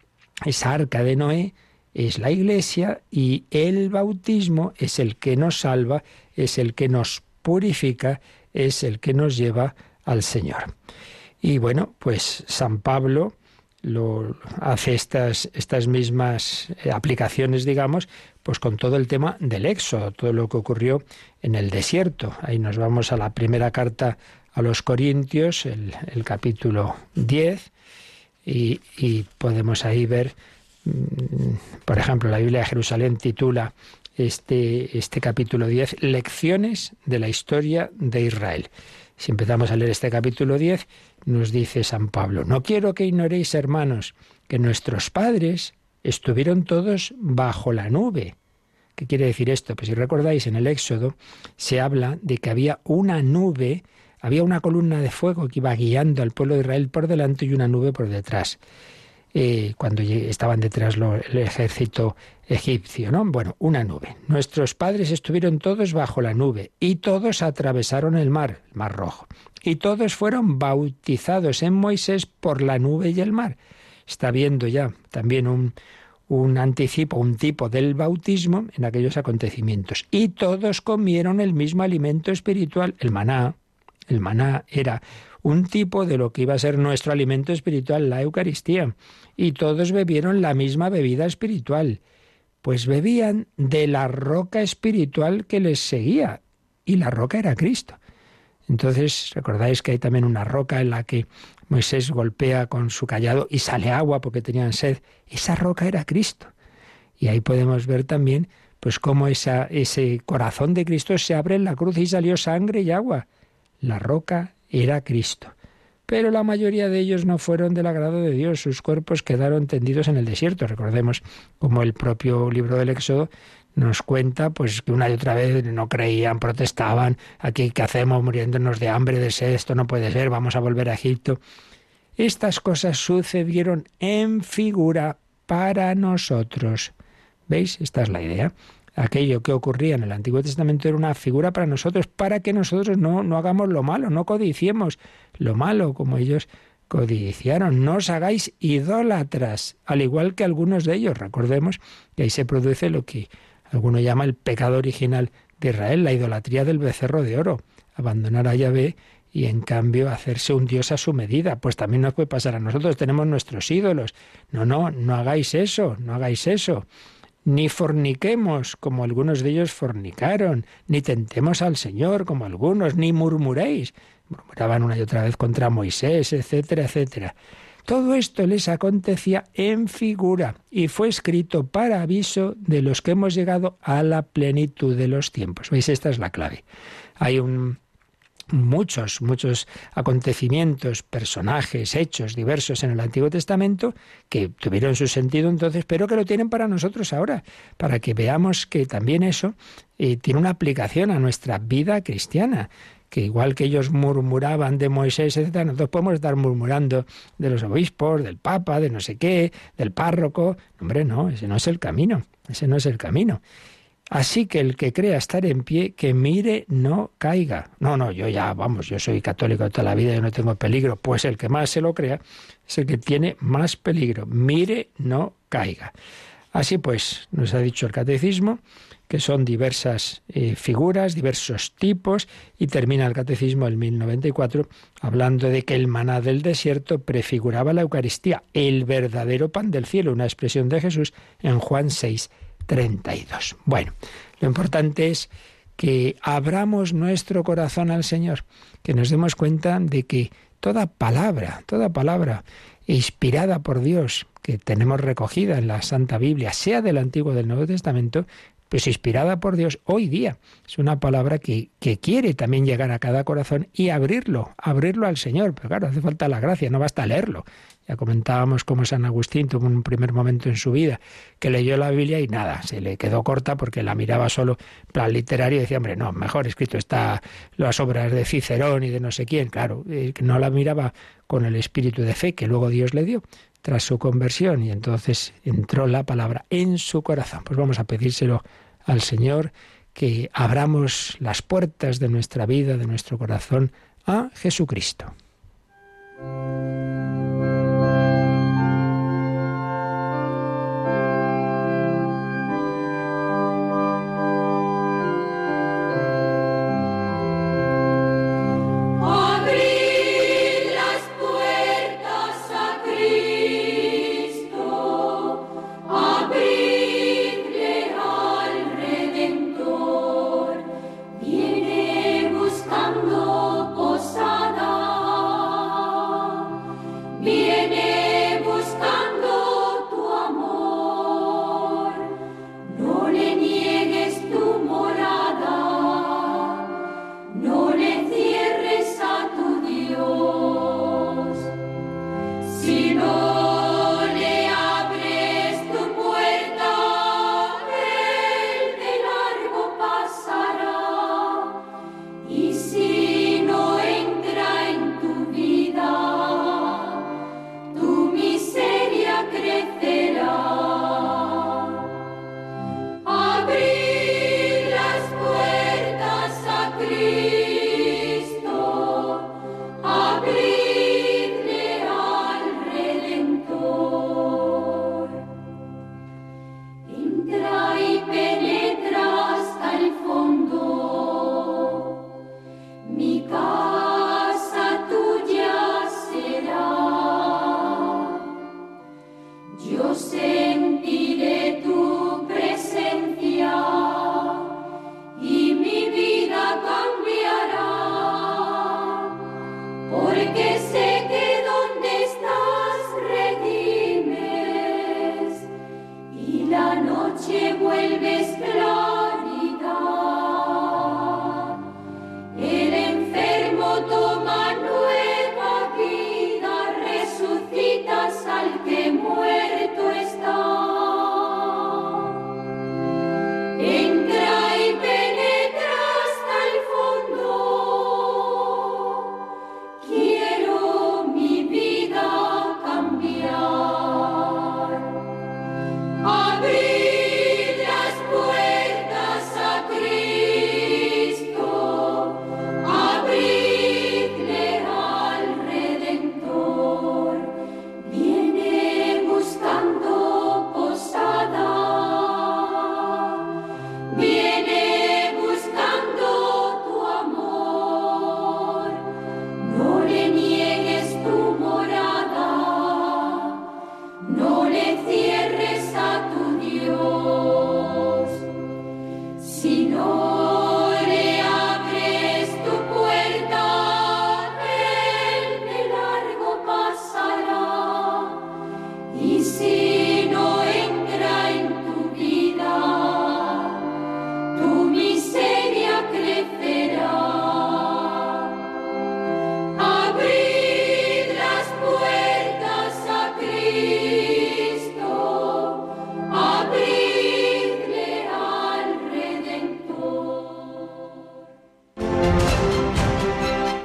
esa arca de Noé es la Iglesia y el bautismo es el que nos salva, es el que nos purifica, es el que nos lleva al Señor. Y bueno, pues San Pablo lo hace estas, estas mismas aplicaciones, digamos, pues con todo el tema del Éxodo, todo lo que ocurrió en el desierto. Ahí nos vamos a la primera carta a los Corintios, el, el capítulo diez, y, y podemos ahí ver, por ejemplo, la Biblia de Jerusalén titula este, este capítulo diez, Lecciones de la historia de Israel. Si empezamos a leer este capítulo diez, nos dice San Pablo, no quiero que ignoréis, hermanos, que nuestros padres estuvieron todos bajo la nube. ¿Qué quiere decir esto? Pues si recordáis, en el Éxodo se habla de que había una nube había una columna de fuego que iba guiando al pueblo de Israel por delante y una nube por detrás. Eh, cuando estaban detrás lo, el ejército egipcio, ¿no? Bueno, una nube. Nuestros padres estuvieron todos bajo la nube y todos atravesaron el mar, el mar Rojo. Y todos fueron bautizados en Moisés por la nube y el mar. Está viendo ya también un, un anticipo, un tipo del bautismo en aquellos acontecimientos. Y todos comieron el mismo alimento espiritual, el maná. El maná era un tipo de lo que iba a ser nuestro alimento espiritual, la Eucaristía. Y todos bebieron la misma bebida espiritual, pues bebían de la roca espiritual que les seguía, y la roca era Cristo. Entonces, recordáis que hay también una roca en la que Moisés golpea con su cayado y sale agua porque tenían sed. Esa roca era Cristo. Y ahí podemos ver también pues cómo esa, ese corazón de Cristo se abre en la cruz y salió sangre y agua. La roca era Cristo. Pero la mayoría de ellos no fueron del agrado de Dios. Sus cuerpos quedaron tendidos en el desierto. Recordemos como el propio libro del Éxodo nos cuenta pues que una y otra vez no creían, protestaban, aquí qué hacemos muriéndonos de hambre, de sed, esto no puede ser, vamos a volver a Egipto. Estas cosas sucedieron en figura para nosotros. ¿Veis? Esta es la idea. Aquello que ocurría en el Antiguo Testamento era una figura para nosotros, para que nosotros no, no hagamos lo malo, no codiciemos lo malo como ellos codiciaron. No os hagáis idólatras, al igual que algunos de ellos. Recordemos que ahí se produce lo que alguno llama el pecado original de Israel, la idolatría del becerro de oro, abandonar a Yahvé y en cambio hacerse un dios a su medida. Pues también nos puede pasar a nosotros, tenemos nuestros ídolos. No, no, no hagáis eso, no hagáis eso. Ni forniquemos, como algunos de ellos fornicaron, ni tentemos al Señor, como algunos, ni murmuréis. Murmuraban una y otra vez contra Moisés, etcétera, etcétera. Todo esto les acontecía en figura y fue escrito para aviso de los que hemos llegado a la plenitud de los tiempos. ¿Veis? Esta es la clave. Hay un... muchos, muchos acontecimientos, personajes, hechos diversos en el Antiguo Testamento que tuvieron su sentido entonces, pero que lo tienen para nosotros ahora, para que veamos que también eso eh, tiene una aplicación a nuestra vida cristiana, que igual que ellos murmuraban de Moisés, etcétera, nosotros podemos estar murmurando de los obispos, del Papa, de no sé qué, del párroco. Hombre, no, ese no es el camino, ese no es el camino. Así que el que crea estar en pie, que mire, no caiga. No, no, yo ya, vamos, yo soy católico de toda la vida, yo no tengo peligro. Pues el que más se lo crea es el que tiene más peligro. Mire, no caiga. Así pues, nos ha dicho el Catecismo que son diversas eh, figuras, diversos tipos, y termina el Catecismo en mil noventa y cuatro hablando de que el maná del desierto prefiguraba la Eucaristía, el verdadero pan del cielo, una expresión de Jesús en Juan seis, treinta y dos. Bueno, lo importante es que abramos nuestro corazón al Señor, que nos demos cuenta de que toda palabra, toda palabra inspirada por Dios, que tenemos recogida en la Santa Biblia, sea del Antiguo o del Nuevo Testamento, pues inspirada por Dios hoy día. Es una palabra que, que quiere también llegar a cada corazón y abrirlo, abrirlo al Señor. Pero claro, hace falta la gracia, no basta leerlo. Ya comentábamos cómo San Agustín tuvo un primer momento en su vida que leyó la Biblia y nada, se le quedó corta porque la miraba solo en plan literario y decía, hombre, no, mejor escrito está las obras de Cicerón y de no sé quién. Claro, eh, no la miraba con el espíritu de fe que luego Dios le dio tras su conversión y entonces entró la palabra en su corazón. Pues vamos a pedírselo al Señor, que abramos las puertas de nuestra vida, de nuestro corazón, a Jesucristo. Y si no encuentras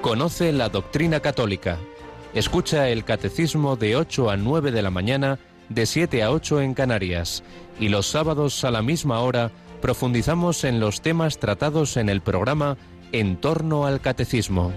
Conoce la doctrina católica. Escucha el catecismo de ocho a nueve de la mañana, de siete a ocho en Canarias. Y los sábados a la misma hora profundizamos en los temas tratados en el programa En torno al catecismo.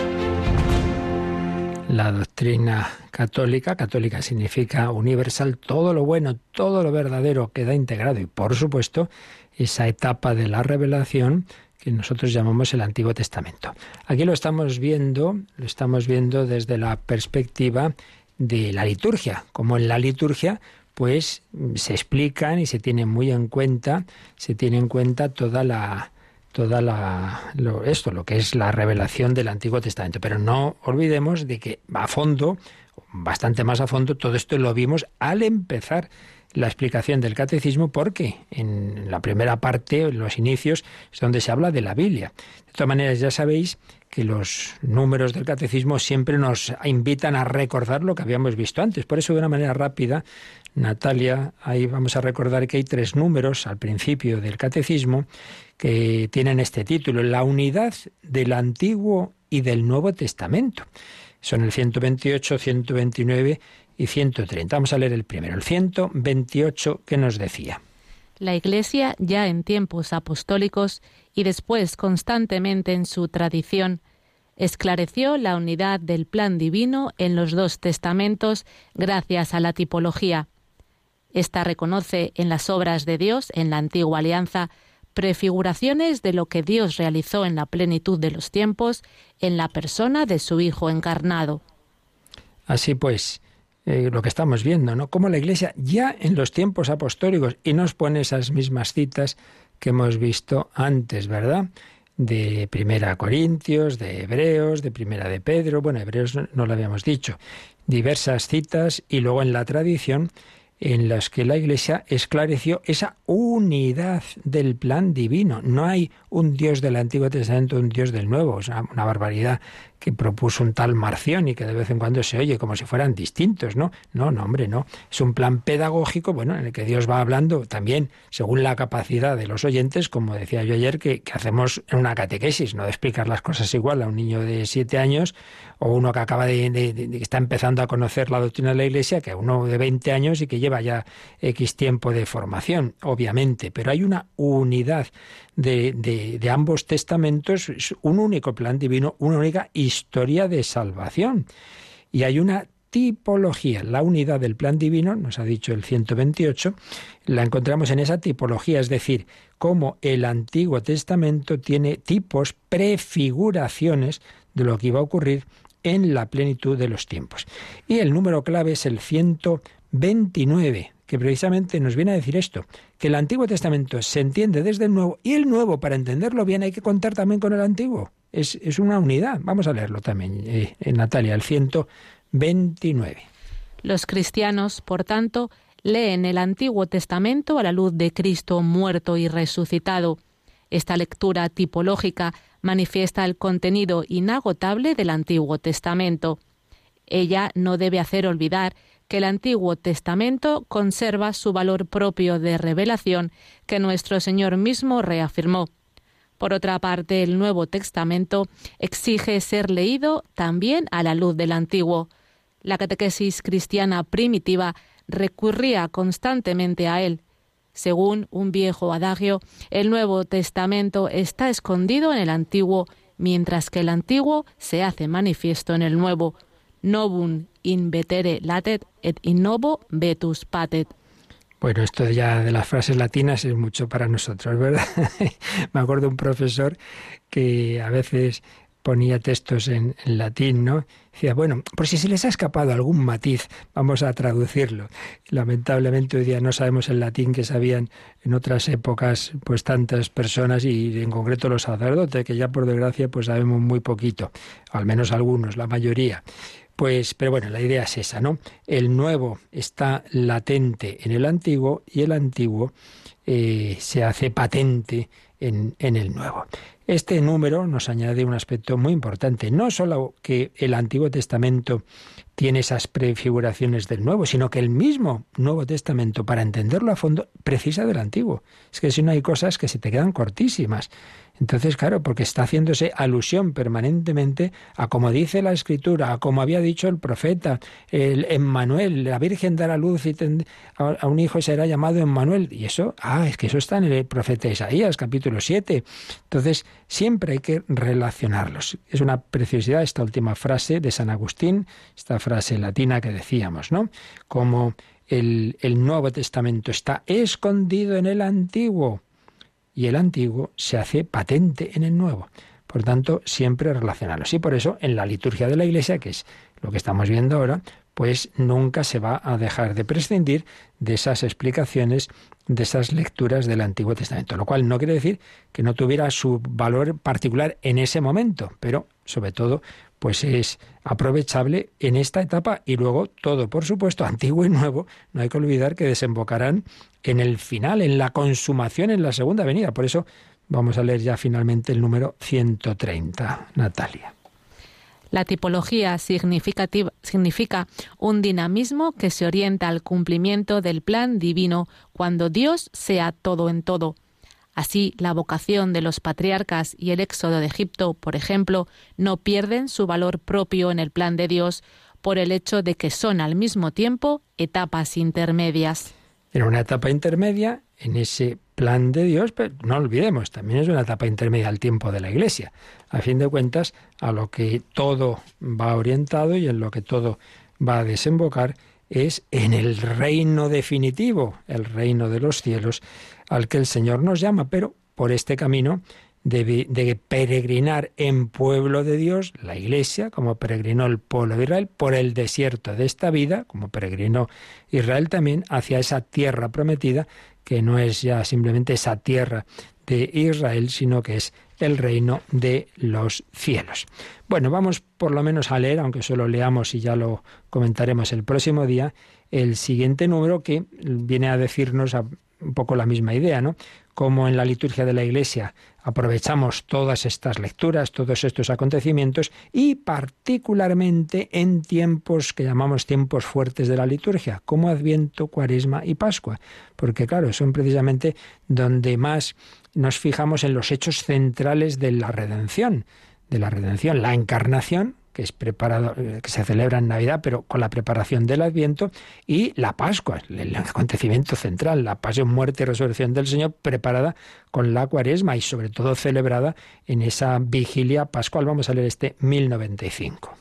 La doctrina católica, católica significa universal, todo lo bueno, todo lo verdadero queda integrado. Y por supuesto, esa etapa de la revelación que nosotros llamamos el Antiguo Testamento. Aquí lo estamos viendo, lo estamos viendo desde la perspectiva de la liturgia, como en la liturgia pues se explican y se tienen muy en cuenta, se tiene en cuenta toda la toda la lo, esto, lo que es la revelación del Antiguo Testamento, pero no olvidemos de que a fondo, bastante más a fondo, todo esto lo vimos al empezar la explicación del catecismo, porque en la primera parte, en los inicios, es donde se habla de la Biblia. De todas maneras, ya sabéis que los números del catecismo siempre nos invitan a recordar lo que habíamos visto antes. Por eso, de una manera rápida, Natalia, ahí vamos a recordar que hay tres números al principio del catecismo que tienen este título: la unidad del Antiguo y del Nuevo Testamento. Son el ciento veintiocho, ciento veintinueve y ciento treinta. Vamos a leer el primero, el ciento veintiocho, que nos decía: La Iglesia, ya en tiempos apostólicos y después constantemente en su tradición, esclareció la unidad del plan divino en los dos testamentos gracias a la tipología. Esta reconoce en las obras de Dios, en la antigua alianza, prefiguraciones de lo que Dios realizó en la plenitud de los tiempos, en la persona de su Hijo encarnado. Así pues, eh, lo que estamos viendo, ¿no? Cómo la Iglesia ya en los tiempos apostólicos, y nos pone esas mismas citas que hemos visto antes, ¿verdad?, de Primera Corintios, de Hebreos, de Primera de Pedro, bueno, Hebreos no, no lo habíamos dicho, diversas citas, y luego en la tradición, en las que la Iglesia esclareció esa unidad del plan divino. No hay un Dios del Antiguo Testamento, un Dios del Nuevo. Es una, una barbaridad que propuso un tal Marción y que de vez en cuando se oye como si fueran distintos, ¿no? No, no, hombre, no. Es un plan pedagógico, bueno, en el que Dios va hablando también según la capacidad de los oyentes, como decía yo ayer, que, que hacemos en una catequesis, no de explicar las cosas igual a un niño de siete años o uno que acaba de, de, de, de que está empezando a conocer la doctrina de la Iglesia, que a uno de veinte años y que lleva ya X tiempo de formación, obviamente, pero hay una unidad de, de, de ambos testamentos, es un único plan divino, una única historia de salvación. Y hay una tipología, la unidad del plan divino, nos ha dicho el ciento veintiocho, la encontramos en esa tipología, es decir, cómo el Antiguo Testamento tiene tipos, prefiguraciones de lo que iba a ocurrir en la plenitud de los tiempos. Y el número clave es el ciento veintinueve, que precisamente nos viene a decir esto, que el Antiguo Testamento se entiende desde el Nuevo, y el Nuevo, para entenderlo bien, hay que contar también con el Antiguo. Es, es una unidad. Vamos a leerlo también, eh, Natalia, el ciento veintinueve. Los cristianos, por tanto, leen el Antiguo Testamento a la luz de Cristo muerto y resucitado. Esta lectura tipológica manifiesta el contenido inagotable del Antiguo Testamento. Ella no debe hacer olvidar que el Antiguo Testamento conserva su valor propio de revelación que nuestro Señor mismo reafirmó. Por otra parte, el Nuevo Testamento exige ser leído también a la luz del Antiguo. La catequesis cristiana primitiva recurría constantemente a él. Según un viejo adagio, el Nuevo Testamento está escondido en el Antiguo, mientras que el Antiguo se hace manifiesto en el Nuevo. Novum in vetere latet et in novo vetus patet. Bueno, esto ya de las frases latinas es mucho para nosotros, ¿verdad? Me acuerdo de un profesor que a veces ponía textos en, en latín, ¿no? Decía, bueno, por si se les ha escapado algún matiz, vamos a traducirlo. Lamentablemente hoy día no sabemos el latín que sabían en otras épocas pues tantas personas, y en concreto los sacerdotes, que ya por desgracia pues sabemos muy poquito, al menos algunos, la mayoría. Pues, pero bueno, la idea es esa, ¿no? El nuevo está latente en el antiguo y el antiguo eh, se hace patente en, en el nuevo. Este número nos añade un aspecto muy importante. No solo que el Antiguo Testamento tiene esas prefiguraciones del Nuevo, sino que el mismo Nuevo Testamento, para entenderlo a fondo, precisa del Antiguo. Es que si no hay cosas que se te quedan cortísimas. Entonces, claro, porque está haciéndose alusión permanentemente a como dice la Escritura, a como había dicho el profeta, el Emmanuel, la Virgen dará luz y tend- a un hijo y será llamado Emmanuel. Y eso, ah, es que eso está en el profeta Isaías, capítulo siete. Entonces, siempre hay que relacionarlos. Es una preciosidad esta última frase de San Agustín, esta frase latina que decíamos, ¿no? Como el, el Nuevo Testamento está escondido en el Antiguo, y el antiguo se hace patente en el nuevo. Por tanto, siempre relacionarlos. Y por eso, en la liturgia de la Iglesia, que es lo que estamos viendo ahora, pues nunca se va a dejar de prescindir de esas explicaciones, de esas lecturas del Antiguo Testamento. Lo cual no quiere decir que no tuviera su valor particular en ese momento, pero sobre todo pues es aprovechable en esta etapa y luego todo, por supuesto, antiguo y nuevo, no hay que olvidar que desembocarán en el final, en la consumación, en la segunda venida. Por eso vamos a leer ya finalmente el número ciento treinta, Natalia. La tipología significativa, significa un dinamismo que se orienta al cumplimiento del plan divino cuando Dios sea todo en todo. Así, la vocación de los patriarcas y el éxodo de Egipto, por ejemplo, no pierden su valor propio en el plan de Dios por el hecho de que son al mismo tiempo etapas intermedias. Era una etapa intermedia en ese plan de Dios, pero no olvidemos, también es una etapa intermedia al tiempo de la Iglesia. A fin de cuentas, a lo que todo va orientado y en lo que todo va a desembocar es en el reino definitivo, el reino de los cielos, al que el Señor nos llama, pero por este camino de, de peregrinar en pueblo de Dios, la Iglesia, como peregrinó el pueblo de Israel, por el desierto de esta vida, como peregrinó Israel también, hacia esa tierra prometida, que no es ya simplemente esa tierra de Israel, sino que es el reino de los cielos. Bueno, vamos por lo menos a leer, aunque solo leamos y ya lo comentaremos el próximo día, el siguiente número que viene a decirnos a, un poco la misma idea, ¿no? Como en la liturgia de la Iglesia aprovechamos todas estas lecturas, todos estos acontecimientos y particularmente en tiempos que llamamos tiempos fuertes de la liturgia, como Adviento, Cuaresma y Pascua, porque claro, son precisamente donde más nos fijamos en los hechos centrales de la redención, de la redención, la encarnación, que es preparado, que se celebra en Navidad, pero con la preparación del Adviento, y la Pascua, el acontecimiento central, la pasión, muerte y resurrección del Señor, preparada con la Cuaresma y sobre todo celebrada en esa vigilia pascual. Vamos a leer este mil noventa y cinco.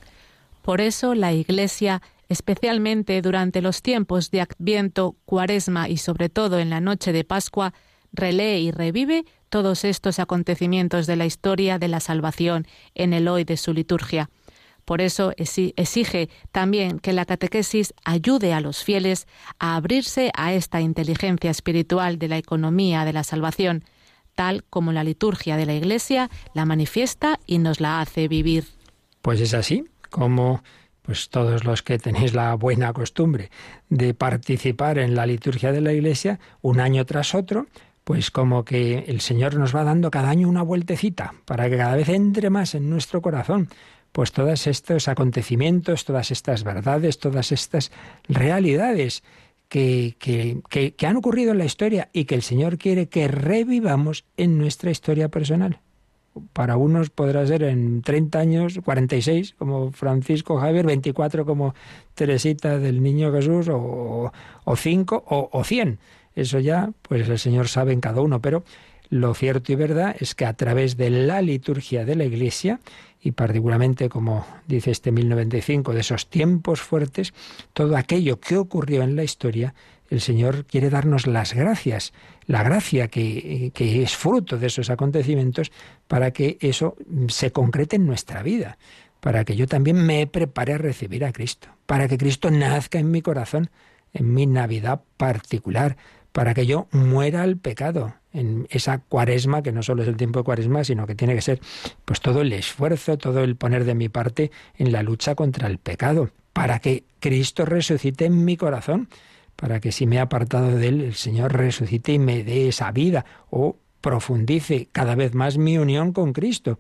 Por eso la Iglesia, especialmente durante los tiempos de Adviento, Cuaresma y sobre todo en la noche de Pascua, relee y revive todos estos acontecimientos de la historia de la salvación en el hoy de su liturgia. Por eso exige también que la catequesis ayude a los fieles a abrirse a esta inteligencia espiritual de la economía de la salvación, tal como la liturgia de la Iglesia la manifiesta y nos la hace vivir. Pues es así, como pues todos los que tenéis la buena costumbre de participar en la liturgia de la Iglesia un año tras otro, pues como que el Señor nos va dando cada año una vueltecita para que cada vez entre más en nuestro corazón, pues todos estos acontecimientos, todas estas verdades, todas estas realidades que, que, que, que han ocurrido en la historia y que el Señor quiere que revivamos en nuestra historia personal. Para unos podrá ser en treinta años, cuarenta y seis, como Francisco Javier, veinticuatro como Teresita del Niño Jesús, o, o cinco, o, o cien. Eso ya, pues el Señor sabe en cada uno, pero lo cierto y verdad es que a través de la liturgia de la Iglesia, y particularmente, como dice este mil noventa y cinco, de esos tiempos fuertes, todo aquello que ocurrió en la historia, el Señor quiere darnos las gracias, la gracia que, que es fruto de esos acontecimientos, para que eso se concrete en nuestra vida, para que yo también me prepare a recibir a Cristo, para que Cristo nazca en mi corazón, en mi Navidad particular, para que yo muera al pecado en esa Cuaresma, que no solo es el tiempo de Cuaresma, sino que tiene que ser pues todo el esfuerzo, todo el poner de mi parte en la lucha contra el pecado, para que Cristo resucite en mi corazón, para que si me he apartado de Él, el Señor resucite y me dé esa vida, o profundice cada vez más mi unión con Cristo,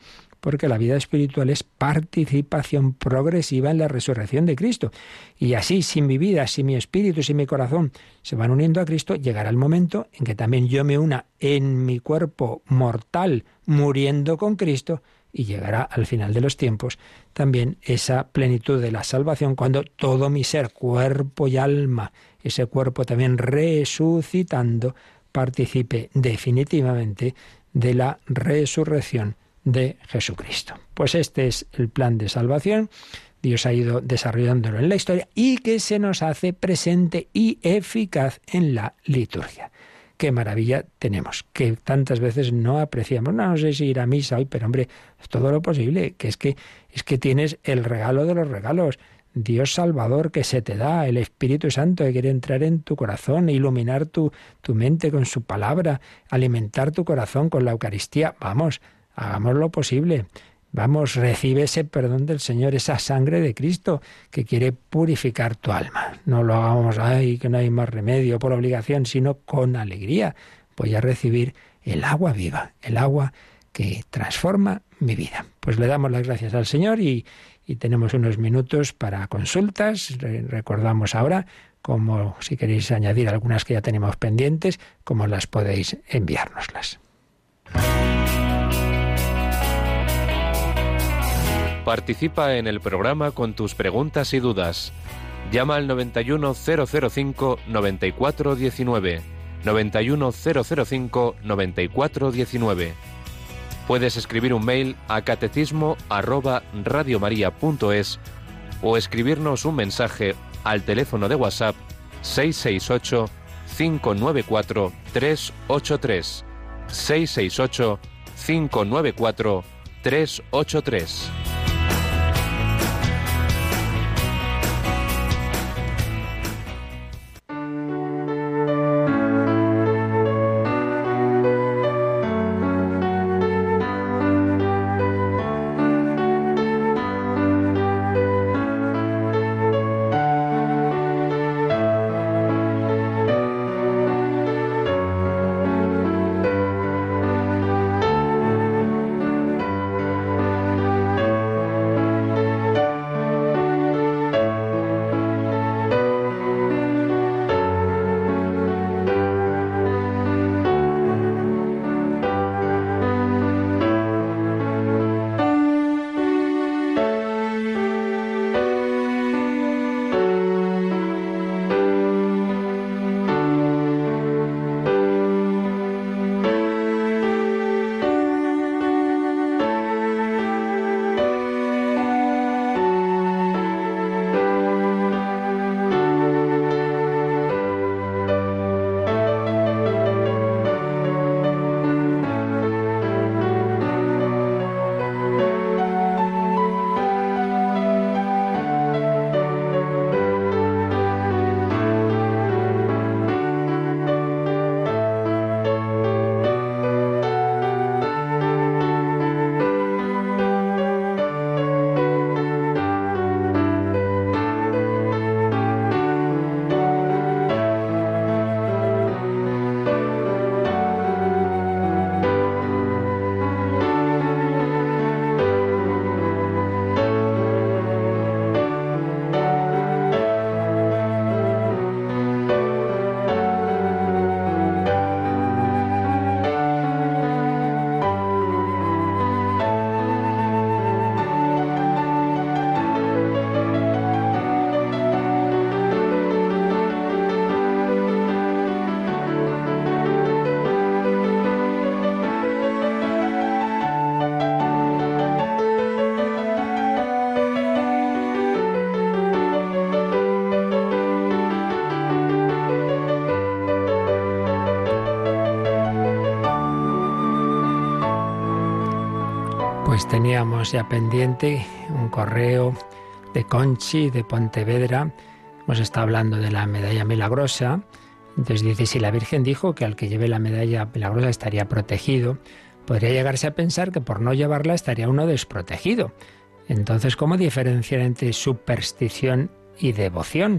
porque la vida espiritual es participación progresiva en la resurrección de Cristo. Y así, si mi vida, si mi espíritu, si mi corazón se van uniendo a Cristo, llegará el momento en que también yo me una en mi cuerpo mortal, muriendo con Cristo, y llegará al final de los tiempos también esa plenitud de la salvación, cuando todo mi ser, cuerpo y alma, ese cuerpo también resucitando, participe definitivamente de la resurrección de Jesucristo. Pues este es el plan de salvación. Dios ha ido desarrollándolo en la historia y que se nos hace presente y eficaz en la liturgia. Qué maravilla tenemos, que tantas veces no apreciamos. No, no sé si ir a misa hoy, pero hombre, es todo lo posible, que es que es que tienes el regalo de los regalos, Dios Salvador que se te da, el Espíritu Santo que quiere entrar en tu corazón, iluminar tu, tu mente con su palabra, alimentar tu corazón con la Eucaristía. Vamos, hagamos lo posible. Vamos, recibe ese perdón del Señor, esa sangre de Cristo que quiere purificar tu alma. No lo hagamos, ay, que no hay más remedio por obligación, sino con alegría. Voy a recibir el agua viva, el agua que transforma mi vida. Pues le damos las gracias al Señor y, y tenemos unos minutos para consultas. Re- recordamos ahora, como si queréis añadir algunas que ya tenemos pendientes, cómo las podéis enviárnoslas. Participa en el programa con tus preguntas y dudas. Llama al noventa y uno cero cero cinco noventa y cuatro diecinueve, noventa y uno cero cero cinco noventa y cuatro diecinueve. Puedes escribir un mail a catecismo arroba radiomaria.es o escribirnos un mensaje al teléfono de WhatsApp seis seis ocho cinco nueve cuatro tres ocho tres, seis seis ocho cinco nueve cuatro tres ocho tres. Pues teníamos ya pendiente un correo de Conchi de Pontevedra. Hemos estado hablando de la medalla milagrosa. Entonces dice, si la Virgen dijo que al que lleve la medalla milagrosa estaría protegido, podría llegarse a pensar que por no llevarla estaría uno desprotegido. Entonces, ¿cómo diferenciar entre superstición y devoción?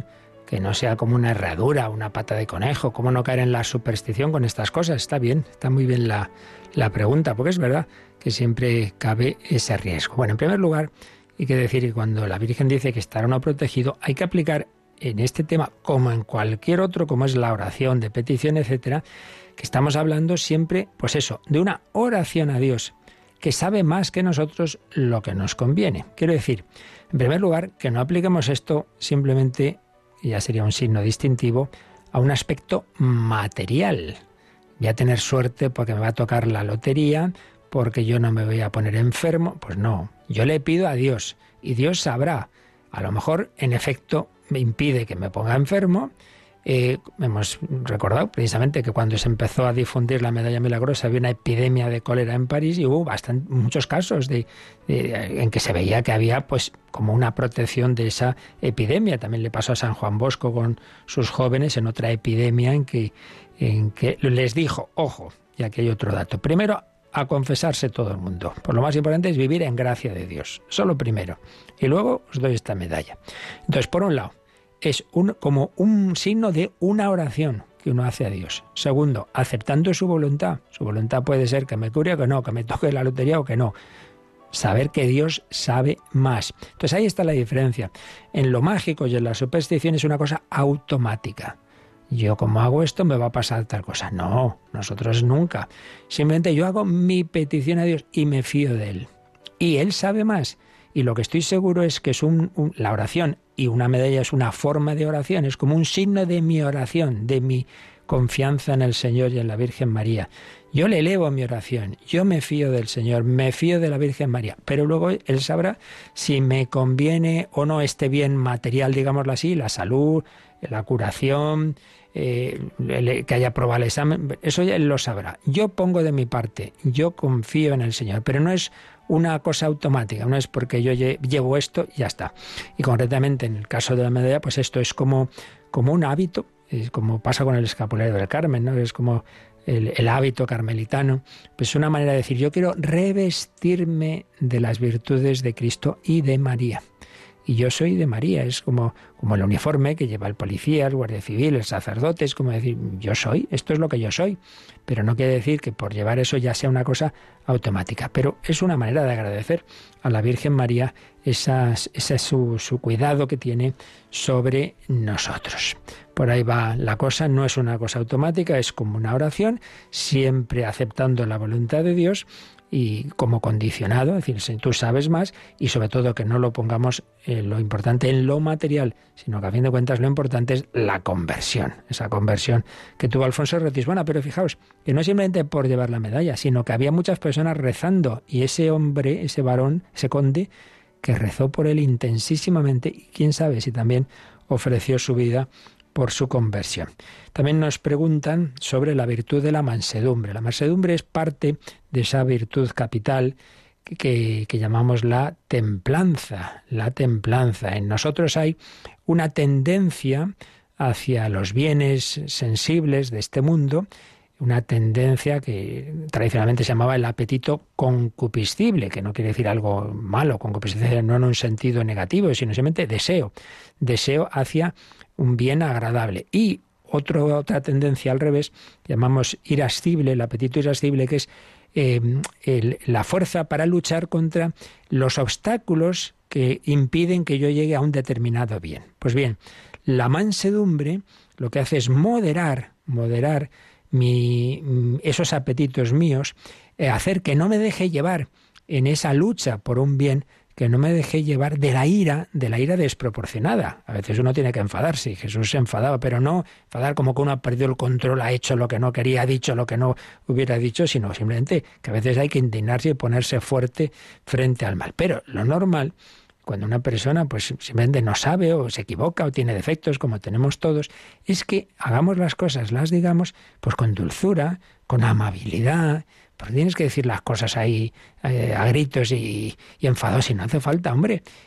que no sea como una herradura, una pata de conejo. ¿Cómo no caer en la superstición con estas cosas? Está bien, está muy bien la, la pregunta, porque es verdad que siempre cabe ese riesgo. Bueno, en primer lugar, hay que decir que cuando la Virgen dice que estará uno protegido, hay que aplicar en este tema, como en cualquier otro, como es la oración de petición, etcétera, que estamos hablando siempre, pues eso, de una oración a Dios, que sabe más que nosotros lo que nos conviene. Quiero decir, en primer lugar, que no apliquemos esto simplemente, y ya sería un signo distintivo, a un aspecto material. Voy a tener suerte porque me va a tocar la lotería, porque yo no me voy a poner enfermo. Pues no, yo le pido a Dios y Dios sabrá. A lo mejor, en efecto, me impide que me ponga enfermo. Eh, hemos recordado precisamente que cuando se empezó a difundir la medalla milagrosa había una epidemia de cólera en París y hubo bastante, muchos casos de, de, en que se veía que había pues como una protección de esa epidemia. También le pasó a San Juan Bosco con sus jóvenes en otra epidemia en que, en que les dijo, ojo, y aquí hay otro dato, primero a confesarse todo el mundo. Pues lo más importante es vivir en gracia de Dios, solo primero, y luego os doy esta medalla. Entonces, por un lado, es un, como un signo de una oración que uno hace a Dios. Segundo, aceptando su voluntad. Su voluntad puede ser que me cure o que no, que me toque la lotería o que no. Saber que Dios sabe más. Entonces ahí está la diferencia. En lo mágico y en la superstición es una cosa automática. Yo como hago esto me va a pasar tal cosa. No, nosotros nunca. Simplemente yo hago mi petición a Dios y me fío de Él. Y Él sabe más. Y lo que estoy seguro es que es un, un, la oración, y una medalla es una forma de oración, es como un signo de mi oración, de mi confianza en el Señor y en la Virgen María. Yo le elevo mi oración, yo me fío del Señor, me fío de la Virgen María, pero luego Él sabrá si me conviene o no este bien material, digámoslo así, la salud, la curación, eh, que haya aprobado el examen, eso ya Él lo sabrá. Yo pongo de mi parte, yo confío en el Señor, pero no es una cosa automática, no es porque yo llevo esto y ya está. Y concretamente en el caso de la medalla, pues esto es como, como un hábito, es como pasa con el escapulario del Carmen, ¿no? Es como el, el hábito carmelitano, pues es una manera de decir, yo quiero revestirme de las virtudes de Cristo y de María. Y yo soy de María, es como, como el uniforme que lleva el policía, el guardia civil, el sacerdote, es como decir, yo soy, esto es lo que yo soy. Pero no quiere decir que por llevar eso ya sea una cosa automática. Pero es una manera de agradecer a la Virgen María esas, ese su, su cuidado que tiene sobre nosotros. Por ahí va la cosa, no es una cosa automática, es como una oración, siempre aceptando la voluntad de Dios, y como condicionado, es decir, tú sabes más, y sobre todo que no lo pongamos eh, lo importante en lo material, sino que a fin de cuentas lo importante es la conversión, esa conversión que tuvo Alfonso Retis. Bueno, pero fijaos, que no simplemente por llevar la medalla, sino que había muchas personas rezando, y ese hombre, ese varón, ese conde, que rezó por él intensísimamente, y quién sabe si también ofreció su vida por su conversión. También nos preguntan sobre la virtud de la mansedumbre. La mansedumbre es parte de esa virtud capital que, que, que llamamos la templanza. La templanza. En nosotros hay una tendencia hacia los bienes sensibles de este mundo, una tendencia que tradicionalmente se llamaba el apetito concupiscible, que no quiere decir algo malo, concupiscencia no en un sentido negativo, sino simplemente deseo, deseo hacia un bien agradable. Y otro, otra tendencia al revés, llamamos irascible, el apetito irascible, que es eh, el, la fuerza para luchar contra los obstáculos que impiden que yo llegue a un determinado bien. Pues bien, la mansedumbre lo que hace es moderar, moderar mi, esos apetitos míos, eh, hacer que no me deje llevar en esa lucha por un bien, que no me deje llevar de la ira, de la ira desproporcionada. A veces uno tiene que enfadarse, y Jesús se enfadaba, pero no enfadar como que uno ha perdido el control, ha hecho lo que no quería, ha dicho lo que no hubiera dicho, sino simplemente que a veces hay que indignarse y ponerse fuerte frente al mal. Pero lo normal, cuando una persona pues simplemente no sabe o se equivoca o tiene defectos como tenemos todos, es que hagamos las cosas, las digamos pues con dulzura, con amabilidad, porque tienes que decir las cosas ahí eh, a gritos y, y enfadados, y no hace falta, hombre.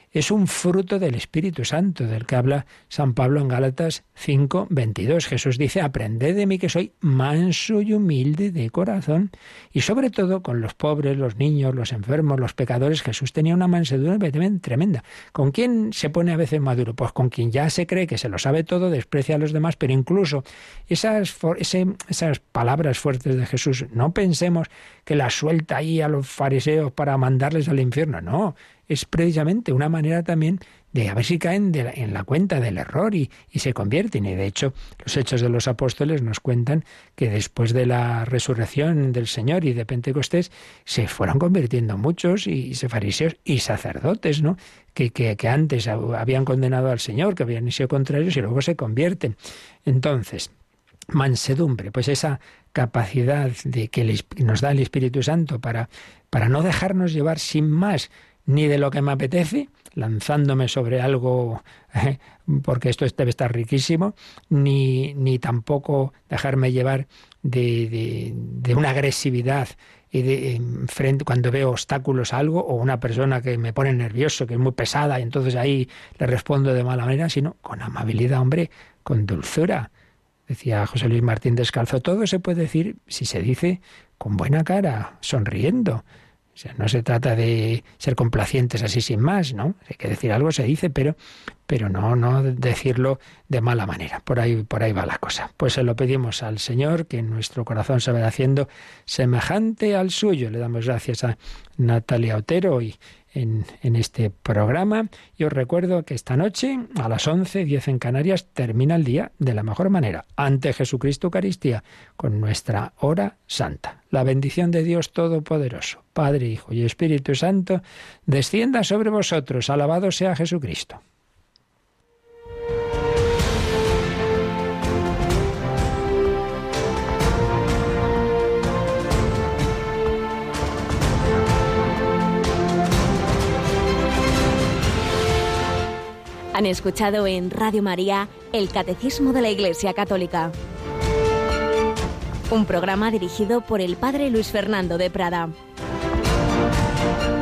es un fruto del Espíritu Santo, del que habla San Pablo en Gálatas cinco veintidós. Jesús dice, aprended de mí que soy manso y humilde de corazón. Y sobre todo con los pobres, los niños, los enfermos, los pecadores, Jesús tenía una mansedumbre tremenda. ¿Con quién se pone a veces maduro? Pues con quien ya se cree que se lo sabe todo, desprecia a los demás, pero incluso esas, ese, esas palabras fuertes de Jesús, no pensemos que las suelta ahí a los fariseos para mandarles al infierno, no. Es precisamente una manera también de a ver si caen de la, en la cuenta del error y, y se convierten. Y de hecho, los Hechos de los Apóstoles nos cuentan que después de la resurrección del Señor y de Pentecostés se fueron convirtiendo muchos y, y fariseos y sacerdotes, ¿no? Que, que, que antes habían condenado al Señor, que habían sido contrarios y luego se convierten. Entonces, mansedumbre, pues esa capacidad de que nos da el Espíritu Santo para, para no dejarnos llevar sin más ni de lo que me apetece, lanzándome sobre algo eh, porque esto debe estar riquísimo, ni, ni tampoco dejarme llevar de, de, de una agresividad y de, en frente, cuando veo obstáculos a algo o una persona que me pone nervioso, que es muy pesada y entonces ahí le respondo de mala manera, sino con amabilidad, hombre, con dulzura. Decía José Luis Martín Descalzo, todo se puede decir si se dice con buena cara, sonriendo. O sea, no se trata de ser complacientes así sin más, ¿no? Hay que decir algo, se dice, pero, pero no, no decirlo de mala manera. Por ahí, por ahí va la cosa. Pues se lo pedimos al Señor, que en nuestro corazón se vaya haciendo semejante al suyo. Le damos gracias a Natalia Otero y en, en este programa. Y os recuerdo que esta noche, a las once, diez en Canarias, termina el día de la mejor manera, ante Jesucristo Eucaristía, con nuestra hora santa. La bendición de Dios Todopoderoso, Padre, Hijo y Espíritu Santo, descienda sobre vosotros. Alabado sea Jesucristo. Han escuchado en Radio María el Catecismo de la Iglesia Católica, un programa dirigido por el Padre Luis Fernando de Prada.